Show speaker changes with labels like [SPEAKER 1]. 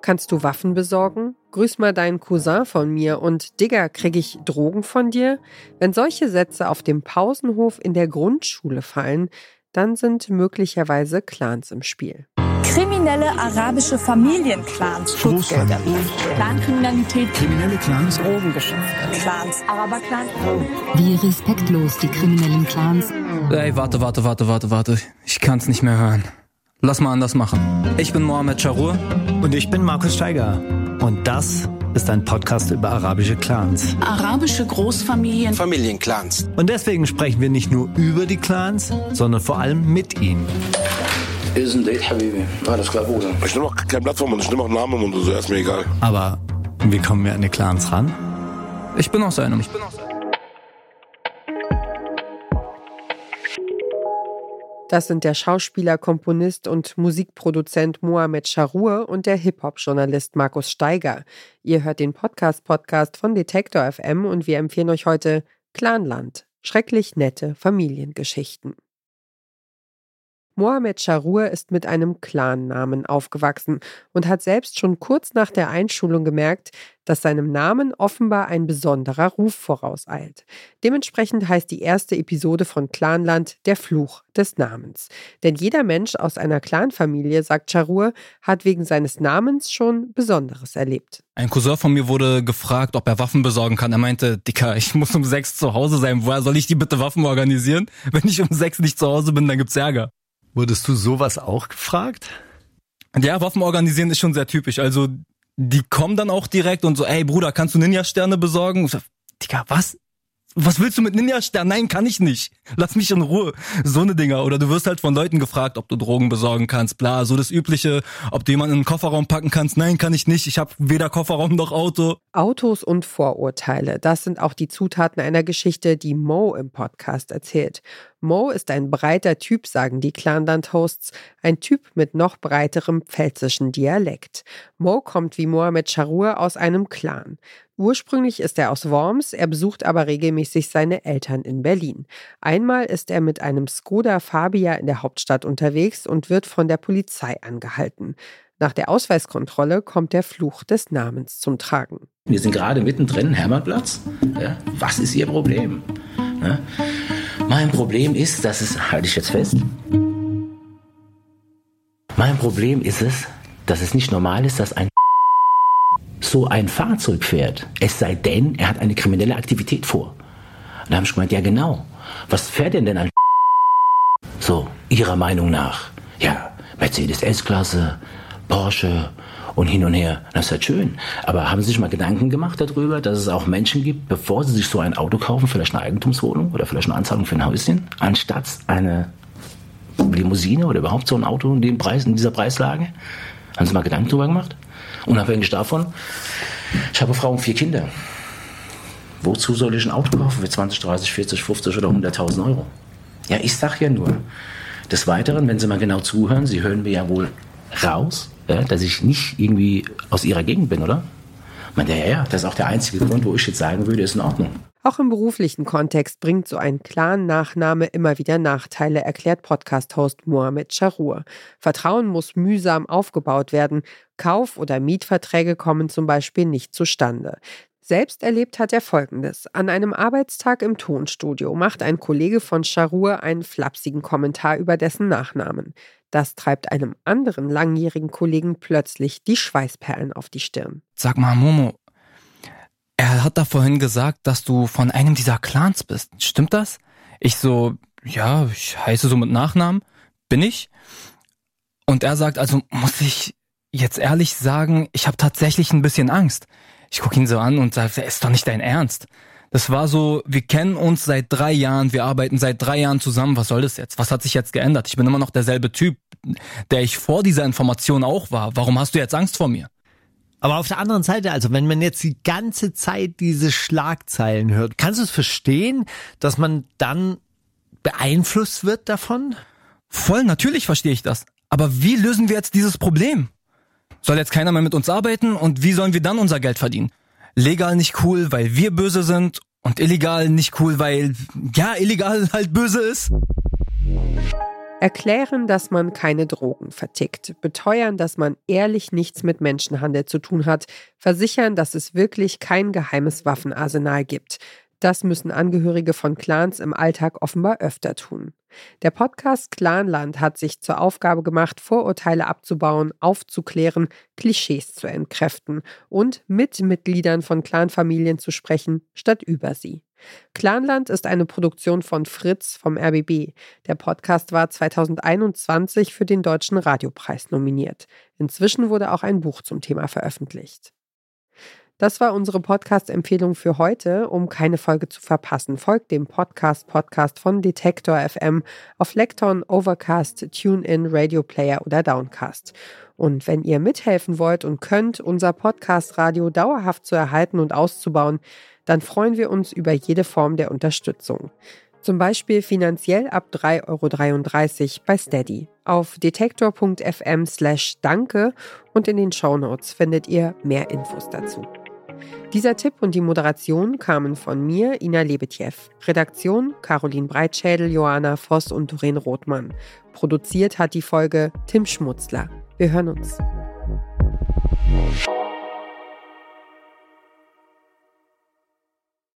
[SPEAKER 1] kannst du Waffen besorgen? Grüß mal deinen Cousin von mir und Digga, krieg ich Drogen von dir? Wenn solche Sätze auf dem Pausenhof in der Grundschule fallen, dann sind möglicherweise Clans im Spiel.
[SPEAKER 2] Kriminelle arabische Familienclans, Schutzgelder, Clankriminalität,
[SPEAKER 3] kriminelle Clans,
[SPEAKER 2] Drogengeschäfte, Clans, Araberclans.
[SPEAKER 4] Wie respektlos die kriminellen Clans.
[SPEAKER 5] Ey, warte. Ich kann's nicht mehr hören. Lass mal anders machen. Ich bin Mohamed Charur.
[SPEAKER 6] Und ich bin Markus Steiger. Und das ist ein Podcast über arabische Clans.
[SPEAKER 2] Arabische Großfamilien.
[SPEAKER 7] Familienclans.
[SPEAKER 6] Und deswegen sprechen wir nicht nur über die Clans, sondern vor allem mit ihnen.
[SPEAKER 7] Alles klar, Bruder. Ich nehme auch kein Blatt vom Mund, ich nehme auch einen Namen und so, ist mir egal.
[SPEAKER 6] Aber wie kommen wir an die Clans ran?
[SPEAKER 5] Ich bin aus einem.
[SPEAKER 1] Das sind der Schauspieler, Komponist und Musikproduzent Mohamed Charur und der Hip-Hop-Journalist Markus Steiger. Ihr hört den Podcast von Detektor FM und wir empfehlen euch heute Clanland. Schrecklich nette Familiengeschichten. Mohamed Charur ist mit einem Clan-Namen aufgewachsen und hat selbst schon kurz nach der Einschulung gemerkt, dass seinem Namen offenbar ein besonderer Ruf vorauseilt. Dementsprechend heißt die erste Episode von Clanland der Fluch des Namens. Denn jeder Mensch aus einer Clanfamilie, sagt Charur, hat wegen seines Namens schon Besonderes erlebt.
[SPEAKER 5] Ein Cousin von mir wurde gefragt, ob er Waffen besorgen kann. Er meinte, Dicker, ich muss um 6 zu Hause sein. Woher soll ich die bitte Waffen organisieren? Wenn ich um 6 nicht zu Hause bin, dann gibt's Ärger.
[SPEAKER 6] Wurdest du sowas auch gefragt?
[SPEAKER 5] Ja, Waffen organisieren ist schon sehr typisch. Also, die kommen dann auch direkt und so, ey Bruder, kannst du Ninja-Sterne besorgen? Ich so, Digga, was? Was willst du mit Ninja-Sternen? Nein, kann ich nicht. Lass mich in Ruhe. So eine Dinger. Oder du wirst halt von Leuten gefragt, ob du Drogen besorgen kannst. Bla, so das Übliche. Ob du jemanden in den Kofferraum packen kannst. Nein, kann ich nicht. Ich habe weder Kofferraum noch Auto.
[SPEAKER 1] Autos und Vorurteile. Das sind auch die Zutaten einer Geschichte, die Mo im Podcast erzählt. Mo ist ein breiter Typ, sagen die Clanland-Hosts. Ein Typ mit noch breiterem pfälzischen Dialekt. Mo kommt wie Mohamed Charur aus einem Clan. Ursprünglich ist er aus Worms, er besucht aber regelmäßig seine Eltern in Berlin. Einmal ist er mit einem Skoda Fabia in der Hauptstadt unterwegs und wird von der Polizei angehalten. Nach der Ausweiskontrolle kommt der Fluch des Namens zum Tragen.
[SPEAKER 8] Wir sind gerade mittendrin, Hermannplatz. Ja, was ist Ihr Problem? Ja, mein Problem ist, dass es, halte ich jetzt fest, mein Problem ist es, dass es nicht normal ist, dass ein so ein Fahrzeug fährt, es sei denn, er hat eine kriminelle Aktivität vor. Und da habe ich gemeint, ja genau, was fährt denn ein so, Ihrer Meinung nach? Ja, Mercedes S-Klasse, Porsche und hin und her. Das ist halt schön. Aber haben Sie sich mal Gedanken gemacht darüber, dass es auch Menschen gibt, bevor sie sich so ein Auto kaufen, vielleicht eine Eigentumswohnung oder vielleicht eine Anzahlung für ein Häuschen, anstatt eine Limousine oder überhaupt so ein Auto in dem Preis, in dieser Preislage? Haben Sie mal Gedanken darüber gemacht? Unabhängig davon, ich habe eine Frau und 4 Kinder. Wozu soll ich ein Auto kaufen für 20, 30, 40, 50 oder 100.000 Euro? Ja, ich sag ja nur. Des Weiteren, wenn Sie mal genau zuhören, Sie hören mir ja wohl raus, dass ich nicht irgendwie aus Ihrer Gegend bin, oder? Ich meine, ja, das ist auch der einzige Grund, wo ich jetzt sagen würde, ist in Ordnung.
[SPEAKER 1] Auch im beruflichen Kontext bringt so ein Clan-Nachname immer wieder Nachteile, erklärt Podcast-Host Mohamed Charur. Vertrauen muss mühsam aufgebaut werden. Kauf- oder Mietverträge kommen zum Beispiel nicht zustande. Selbst erlebt hat er Folgendes. An einem Arbeitstag im Tonstudio macht ein Kollege von Charur einen flapsigen Kommentar über dessen Nachnamen. Das treibt einem anderen langjährigen Kollegen plötzlich die Schweißperlen auf die Stirn.
[SPEAKER 5] Sag mal, Momo, er hat da vorhin gesagt, dass du von einem dieser Clans bist. Stimmt das? Ich so, ja, ich heiße so mit Nachnamen. Bin ich? Und er sagt, also muss ich jetzt ehrlich sagen, ich habe tatsächlich ein bisschen Angst. Ich gucke ihn so an und sage, ist doch nicht dein Ernst. Das war so, wir kennen uns seit 3 Jahren, wir arbeiten seit 3 Jahren zusammen. Was soll das jetzt? Was hat sich jetzt geändert? Ich bin immer noch derselbe Typ, der ich vor dieser Information auch war. Warum hast du jetzt Angst vor mir?
[SPEAKER 6] Aber auf der anderen Seite, also wenn man jetzt die ganze Zeit diese Schlagzeilen hört, kannst du es verstehen, dass man dann beeinflusst wird davon?
[SPEAKER 5] Voll, natürlich verstehe ich das. Aber wie lösen wir jetzt dieses Problem? Soll jetzt keiner mehr mit uns arbeiten und wie sollen wir dann unser Geld verdienen? Legal nicht cool, weil wir böse sind und illegal nicht cool, weil, ja, illegal halt böse ist.
[SPEAKER 1] Erklären, dass man keine Drogen vertickt, beteuern, dass man ehrlich nichts mit Menschenhandel zu tun hat, versichern, dass es wirklich kein geheimes Waffenarsenal gibt. Das müssen Angehörige von Clans im Alltag offenbar öfter tun. Der Podcast Clanland hat sich zur Aufgabe gemacht, Vorurteile abzubauen, aufzuklären, Klischees zu entkräften und mit Mitgliedern von Clanfamilien zu sprechen, statt über sie. Clanland ist eine Produktion von Fritz vom RBB. Der Podcast war 2021 für den Deutschen Radiopreis nominiert. Inzwischen wurde auch ein Buch zum Thema veröffentlicht. Das war unsere Podcast-Empfehlung für heute. Um keine Folge zu verpassen, folgt dem Podcast von Detektor FM auf Lekton, Overcast, TuneIn, Radio Player oder Downcast. Und wenn ihr mithelfen wollt und könnt, unser Podcast-Radio dauerhaft zu erhalten und auszubauen, dann freuen wir uns über jede Form der Unterstützung. Zum Beispiel finanziell ab 3,33 € bei Steady. Auf detektor.fm/danke und in den Shownotes findet ihr mehr Infos dazu. Dieser Tipp und die Moderation kamen von mir, Ina Lebetjew. Redaktion Caroline Breitschädel, Johanna Voss und Doreen Rothmann. Produziert hat die Folge Tim Schmutzler. Wir hören uns.